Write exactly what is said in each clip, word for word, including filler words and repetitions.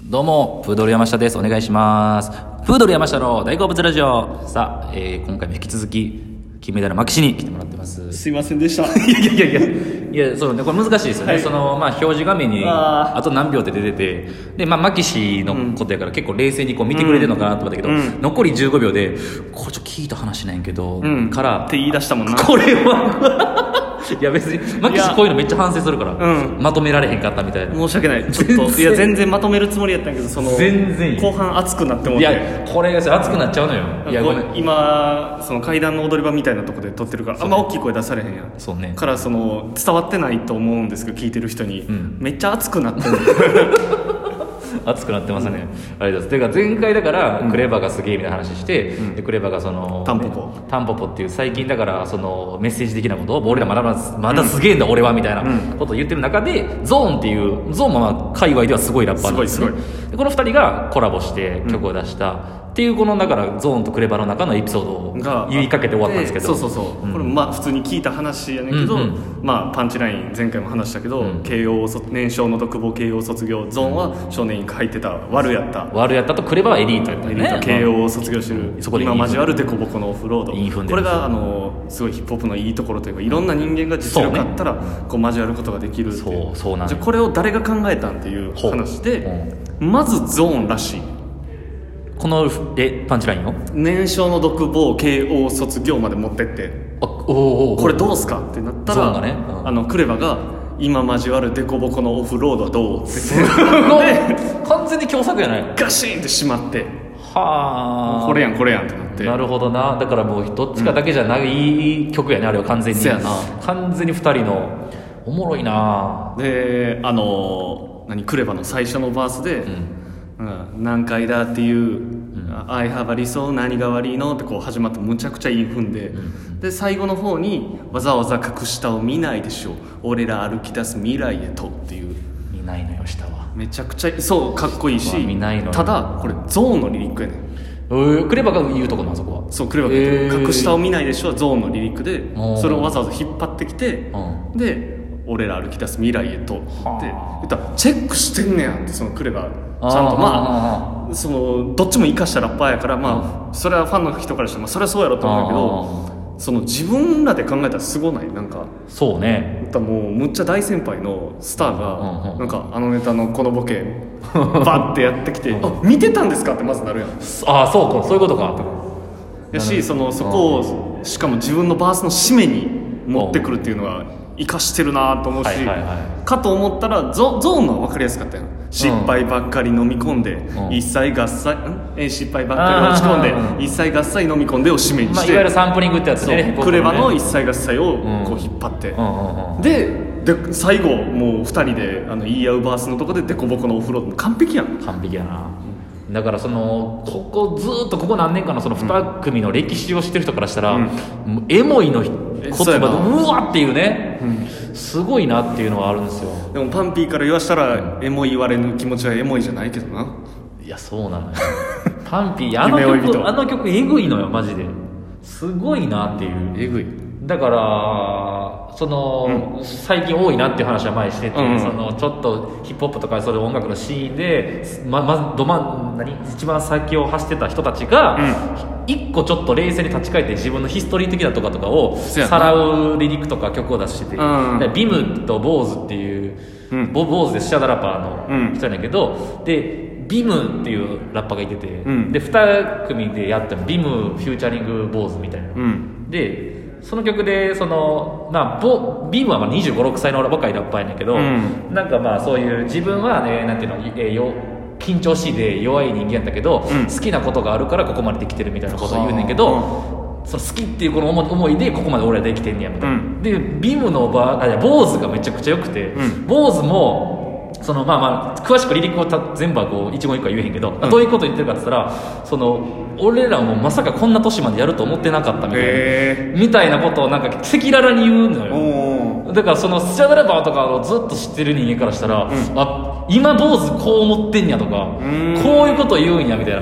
どうもプードル山下です。お願いします。プードル山下の大好物ラジオ。さあ、えー、今回も引き続き金メダルマキシに来てもらってます。 すいませんでした。 いやいやいやいや、そうね、これ難しいですよね、はい、そのまあ表示画面にあと何秒って出てて、でまあマキシのことやから結構冷静にこう見てくれてるのかなと思ったけど、うん、残りじゅうごびょうでこれちょっと聞いた話なんやけど、うん、からって言い出したもんな。 これはいや別にマキシこういうのめっちゃ反省するから、うん、まとめられへんかったみたいな。 申し訳ない、ちょっといや全然まとめるつもりやったんやけど、その全然後半熱くなってもって、 いやこれが熱くなっちゃうのよ。いや今その階段の踊り場みたいなとこで撮ってるから、ね、あんま大きい声出されへんやん。 そうね。 からその伝わってないと思うんですけど、聞いてる人に、うん、めっちゃ熱くなってる熱くなってますね、うん、ありがとうございます。てか前回だからクレバがすげえみたいな話して、うん、でクレバがそのタンポポタンポポっていう最近だからそのメッセージ的なことを俺らまだまだすげえんだ、うん、俺はみたいなことを言ってる中で、ゾーンっていうゾーンもまあ界隈ではすごいラッパーなんですね。 すごいすごい。 でこのふたりがコラボして曲を出した、うんっていうこのだからゾーンとクレバの中のエピソードを言いかけて終わったんですけど、 そうそうそう、うん、これまあ普通に聞いた話やねんけど、うんうん、まあパンチライン前回も話したけど、うん、慶応年少の独房慶応卒業、ゾーンは少年院入ってた悪やった悪やったとクレバはエリートやったよね。 エリート慶応を卒業してる、うん、そこで今交わるデコボコのオフロード、これがあのすごいヒップホップのいいところというか、いろんな人間が実力あったらこう交わることができるっていう。 そうそうなん。 じゃあこれを誰が考えたんっていう話で、うん、まずゾーンらしい。 このえパンチラインを年少の独房慶応卒業まで持ってって、あおおこれどうすかってなったら、 が、ねうん、 あのクレバが今交わるデコボコのオフロードはどうってすごい完全に共作やない。 ガシンってしまって、 はあこれやんこれやんってなって。 なるほどな。だからもうどっちかだけじゃない曲やね、うん、あれは完全に。 そうやな、 完全にふたりのおもろいな。 であの何クレバの最初のバースで、うんうん、何回だっていう、うん、I have a 理想何が悪いのってこう始まってむちゃくちゃいい踏んで、うん、で最後の方にわざわざ格下を見ないでしょ俺ら歩き出す未来へとっていう、 見ないのよ下はめちゃくちゃそうかっこいいし、 見ないのよ。 ただこれゾーンのリリックやねん。 えー、クレバが言うとこな、そこは。 そうクレバが言うとこ、えー、格下を見ないでしょはゾーンのリリックで、それをわざわざ引っ張ってきて、で俺ら歩き出す未来へとって言ったら、チェックしてんねやってそのクレバちゃんとまあそのどっちも生かしたラッパーやから、まあそれはファンの人からして、まあ、それはそうやろと思うんだけど、その自分らで考えたらすごない。なんかそうね、 もうむっちゃ大先輩のスターがなんかあのネタのこのボケバッてやってきてあ見てたんですかってまずなるやん。 ああそうか、そういうことか。 やしそのそこをしかも自分のバースの締めに持ってくるっていうのは生かしてるなと思うし、はいはいはい、かと思ったら ゾ, ゾーンのは分かりやすかったよ。失敗ばっかり飲み込んで、うん、一切合切ん失敗ばっかり落ち込んで一切合切飲み込んでを締めにして、まあ、いわゆるサンプリングってやつね。 クレバの一切合切をこう引っ張って、うんうんうん、で, で最後もうふたりであの言い合うバースのとこでデコボコのオフロード完璧やん。 完璧やな。だからそのここずっとここ何年かのそのに組の歴史を知ってる人からしたら、うん、もうエモいの言葉でうわっていうね、うん、すごいなっていうのはあるんですよ。 でもパンピーから言わしたら、うん、エモい言われぬ気持ちはエモいじゃないけどな。 いやそうなのよパンピーあの曲あの曲えぐいのよマジで。すごいなっていう。 えぐい。 だからその、うん、最近多いなっていう話は前にしてて、うんうん、そのちょっとヒップホップとかそういう音楽のシーンでままどま何一番先を走ってた人たちが、うん、一個ちょっと冷静に立ち返って自分のヒストリー的なとかとかをさらうリリックとか曲を出してて、うんうん、ビムとボーズっていう、うん、ボボーズでシャダラッパーの人やねんけど、うん、でビムっていうラッパーがいてて、うん、でに組でやったのビムフューチャリングボーズみたいな、うん、でその曲でその、まあ、ボビームはまあにじゅうご、ろくさいの若いラッパーやねんけど、うん、なんかまあそういう自分はねなんていうの、えー、よ緊張しいで弱い人間やったけど、うん、好きなことがあるからここまでできてるみたいなことを言うねんけど、その好きっていうこの思いでここまで俺はできてんねやみたいな、うん、でビムの場あ坊主がめちゃくちゃ良くて、うん、坊主もそのまあまあ詳しくリリックをた全部はこう一言一句は言えへんけど、うん、どういうこと言ってるかって言ったら、その俺らもまさかこんな年までやると思ってなかったみたいなみたいなことをなんか赤裸々に言うのよ。だからそのスチャダラバーとかをずっと知ってる人間からしたら、うん、あ今坊主こう思ってんやとか、こういうこと言うんやみたいな。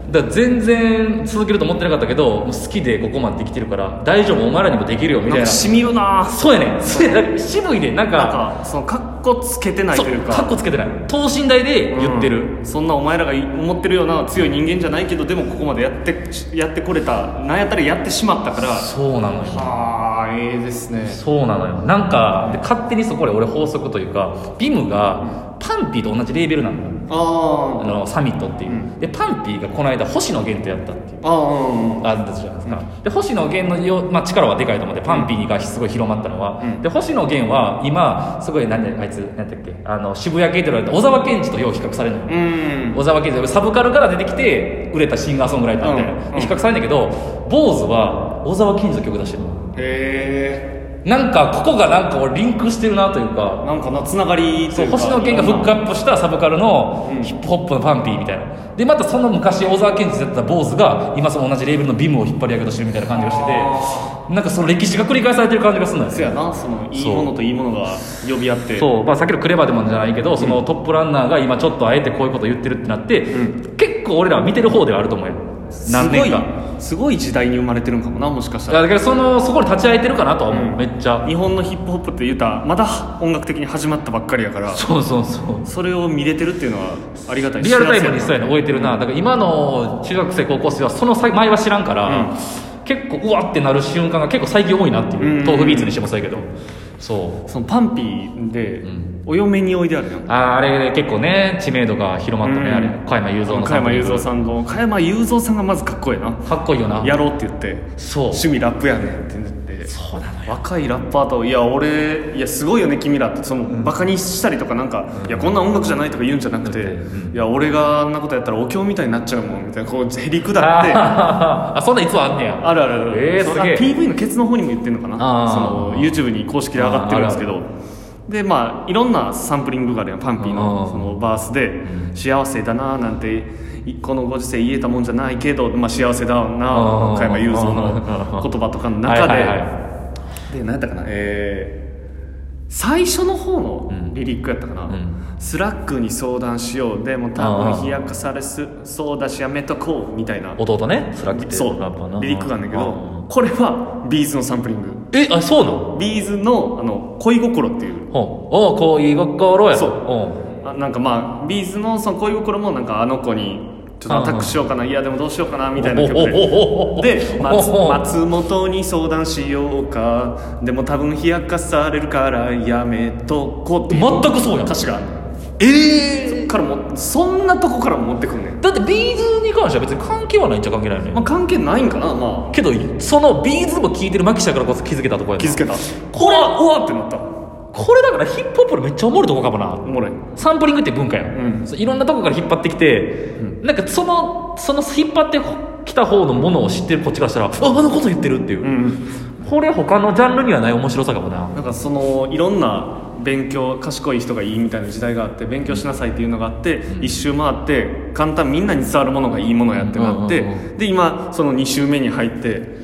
だから全然続けると思ってなかったけど、もう好きでここまでできてるから大丈夫、お前らにもできるよみたいな。 なんかしみるな。 そうやねん、そうやねん、渋いで、なんかなんかそのカッコつけてないというか、 カッコつけてない、等身大で言ってる、 うん、そんなお前らが思ってるような強い人間じゃないけど、でもここまでやってやってこれた、なんやったらやってしまったから。 そうなのよ。 はあ、ええですね。 そうなのよ。なんかで勝手にそこで俺法則というか、ビムがパンピーと同じレーベルなのよ。 ああのサミットっていう、うん、でパンピーがこの間星野源とやったっていう、あああったじゃないですか、うん、で星野源のよ、まあ、力はでかいと思って、パンピーがすごい広まったのは、うん、で星野源は今すごい、何であいつ何だっけ、あの渋谷系って言われた小沢健二とよう比較されるのよ、うん、小沢健二サブカルから出てきて売れたシンガーソングライターみたいな、うんうん、比較されるんだけど、坊主は小沢健二の曲出してるの。 へえ。 なんかここがなんか俺リンクしてるなというか、 なんかなつながりというか、 そう、星野源がフックアップしたサブカルのヒップホップのパンピーみたいな、でまたその昔小沢健二だった坊主が今その同じレーベルのビムを引っ張り上げとしてるみたいな感じがしてて、なんかその歴史が繰り返されてる感じがするんだよね。 そうやな、そのいいものといいものが呼び合って、 そう、まあ、さっきのクレバーでもじゃないけど、そのトップランナーが今ちょっとあえてこういうこと言ってるってなって、うん、結構俺らは見てる方ではあると思うよ。何年かすごい時代に生まれてるんかもな、もしかしたら。 だからそのそこに立ち会えてるかなとは思う、うん、めっちゃ日本のヒップホップって言うたらまだ音楽的に始まったばっかりやから、 そうそうそう、 それを見れてるっていうのはありがたい。 リアルタイムにそうやね、終えてるな、うん、だから今の中学生高校生はその前は知らんから、うん、結構うわってなる瞬間が結構最近多いなっていう、うん、豆腐ビーツにしてもそうやけど、そうそのパンピーで、うん、お嫁においであるやん。 ああれ結構ね知名度が広まったね、うん、あれ加山雄三の加山雄三さんの加山雄三さんがまずかっこいいな。 かっこいいよな。 やろうって言って、 そう趣味ラップやねんって言って、 そうなのよ、 若いラッパーと、いや俺いやすごいよね君らってその、うん、バカにしたりとかなんか、うん、いやこんな音楽じゃないとか言うんじゃなくて、うん、いや俺があんなことやったらお経みたいになっちゃうもんみたいな、こうへりくだってあそんな逸話あんねや。 あるあるある、 えー、すげえ。 ピーブイ のケツの方にも言ってんのかな、その YouTube に公式で上がってるんですけど、でまあいろんなサンプリングがあるやん、パンピーのそのバースで、うん、幸せだななんてこのご時世言えたもんじゃないけど、まあ、幸せだな加山雄三の言葉とかの中で、はいはいはい、で何やったかな、えー、最初の方のリリックやったかな、うん、スラックに相談しよう、でも多分冷やかされすそうだしやめとこうみたいな、 弟ねスラックってそうラッパーなリリックがあるんだけど、これはビーズのサンプリング。 え、あ、そうなの？ ビーズのあの恋心っていう、 おお恋心や。 そうあなんかまあビーズのその恋心もなんかあの子にちょっとアタックしようかな、いやでもどうしようかなみたいな曲で、で松, 松本に相談しようか、でも多分冷やかされるからやめとこうっていう全くそうやん歌詞がある。 ええー、 そっからもそんなとこからも持ってくんねん。 だってビーズに関しては別に関係はないんちゃ関係ないよね、 まあ、関係ないんかな、まあけどそのビーズも聴いてるマキシャからこそ気づけたとこやな。 気づけた。これうわってなった。 これだからヒップホップのめっちゃおもろいとこかもな。 おもろい。 サンプリングって文化やん、うん、いろんなとこから引っ張ってきて、うん、なんかそのその引っ張ってきた方のものを知ってるこっちからしたら、ああのこと言ってるっていう、うん、これ他のジャンルにはない面白さかもな。 なんかそのいろんな勉強賢い人がいいみたいな時代があって、勉強しなさいっていうのがあって、うん、一周回って簡単みんなに伝わるものがいいものやってなって、うんうんうん、で今そのに周目に入って、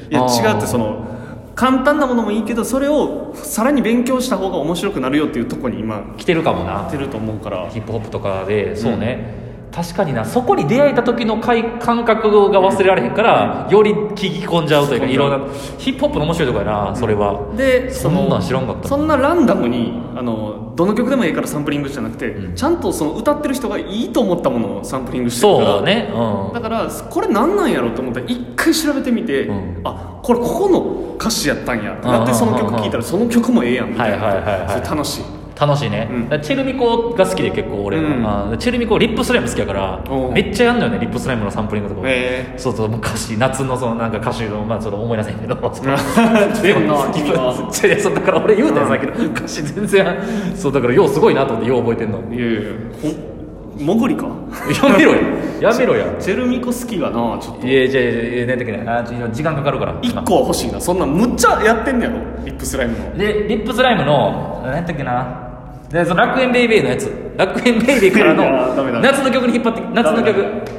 いや違うってその簡単なものもいいけどそれをさらに勉強した方が面白くなるよっていうところに今来てるかもな。 来てると思うから、 ヒップホップとかでそうね、うん、確かにな、そこに出会えた時の感覚が忘れられへんから、うん、より聞き込んじゃうというか、いろんなヒップホップの面白いところやな、うん、それは。 でそんなん知らんかった。 そんなランダムにあのどの曲でもいいからサンプリングじゃなくて、うん、ちゃんとその歌ってる人がいいと思ったものをサンプリングしてるから。 そうね、うん、 だからこれなんなんやろうと思ったら一回調べてみて、うん、あこれここの歌詞やったんやってなって、その曲聴いたらその曲もええやんみたいな、はいはいはいはい、それ楽しい楽しいね、うん、チェルミコが好きで結構俺は、うん、チェルミコリップスライム好きやからめっちゃやんのよね、リップスライムのサンプリングとか、えー、そうそう、もう歌詞夏のそのなんか歌手の、まあ、ちょっと思い出せんけどでもな君はそうだから俺言うたやつだけど、うん、歌詞全然そうだからようすごいなと思ってよう覚えてんの。 いやいやもぐりかやめろよやめろやチェルミコ好きがなちょっと。 いやいやいや何だっけね、あ時間かかるからいっこは欲しいな。そんなむっちゃやってんねやろリップスライムの。 でリップスライムの何だっけな、でその楽園ベイベーのやつ、楽園ベイベーからの夏の曲に引っ張って、夏の曲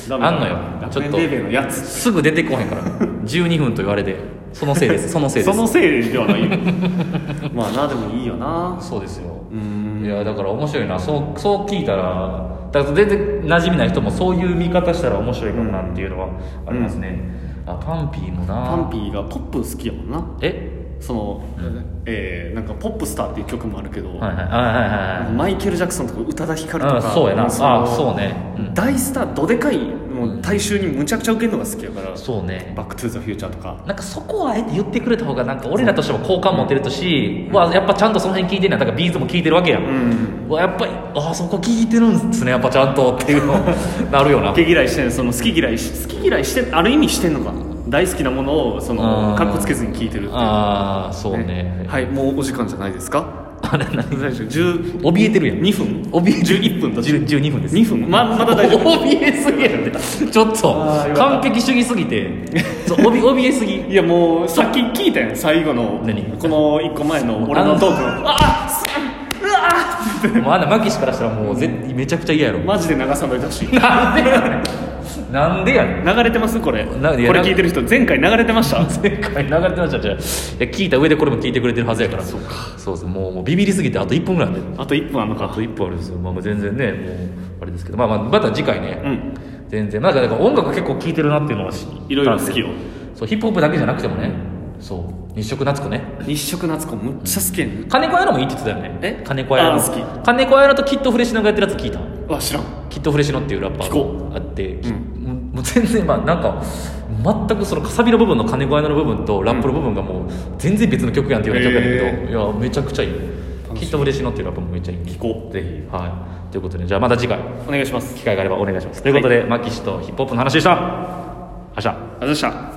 ダメだあんのよちょっと学園ベイベーのやつすぐ出てこへんからじゅうにふんと言われてそのせいですそのせいですそのせいではないよまあなでもいいよなそうですようーんいやだから面白いなそうそう聞いたらだから全然馴染みない人もそういう見方したら面白いかもなっていうのはありますね、うん、あパンピーもなパンピーがポップ好きやもんなえその、 うんえー、なんかポップスターっていう曲もあるけど、 はいはいはいはいマイケル・ジャクソンとか宇多田ヒカルとかあそうやなそのあそうね、うん、 大スターどでかいもう大衆にむちゃくちゃ受けるのが好きやから、 そうねバック・トゥ・ザ・フューチャーとかなんかそこはあえて言ってくれた方がなんか俺らとしても好感持てるとし、うん、わやっぱちゃんとその辺聞いてるんやだからビーズも聞いてるわけやん、うん、わやっぱりあそこ聞いてるんですねやっぱちゃんとっていうのなるよな好き嫌いしてんその好き嫌い好き嫌いしてある意味してんのか大好きなものをそのカッコつけずに聞いてるっていうああそうね、 ね、はいもうお時間じゃないですかあれ何じゅう怯えてるやんにふん怯えじゅういっぷんだじゅうにふんですにふん ま, まだ大丈夫怯えすぎやんちょっと完璧主義すぎてそう怯怯えすぎいやもうさっき聞いたよ最後の何このいっこまえの俺のトークのああうわもうあんなマキシからしたらもうぜめちゃくちゃ嫌やろマジで流さないでほしいなんでやねんなんでやねん流れてますこれこなれ聞いてる人前回流れてました前回流れてましたじゃあいや聞いた上でこれも聞いてくれてるはずやからそうかそうそうもうもうビビりすぎてあといっぷんぐらいであといっぷんあんのかあといっぷんあるんですよ、まあ、もう全然ねもうあれですけどまあまあまた次回ね、 うん、 全然なんかだから音楽結構聴いてるなっていうのは知ったんでいろいろ好きよそうヒップホップだけじゃなくてもね、うん、そう日食夏子ね日食夏子むっちゃ好きやね、うん、 金子綾乃もいいって言ってたよねえ金子綾乃あ好き金子綾乃とキッドフレシノがやってるやつ聞いたわ知らんキッドフレシノっていうラッパーがあって、うん、もう全然まあなんか全くそのサビの部分の金子綾乃の部分とラップの部分がもう全然別の曲やんっていうような曲やねんけど、いやめちゃくちゃいいキッドフレシノっていうラップもめっちゃいい聞こうぜひはいということでじゃあまた次回お願いします機会があればお願いしますということで、はい、マキシとヒップホップの話でした。ありがとうございました。 ありがとうございました。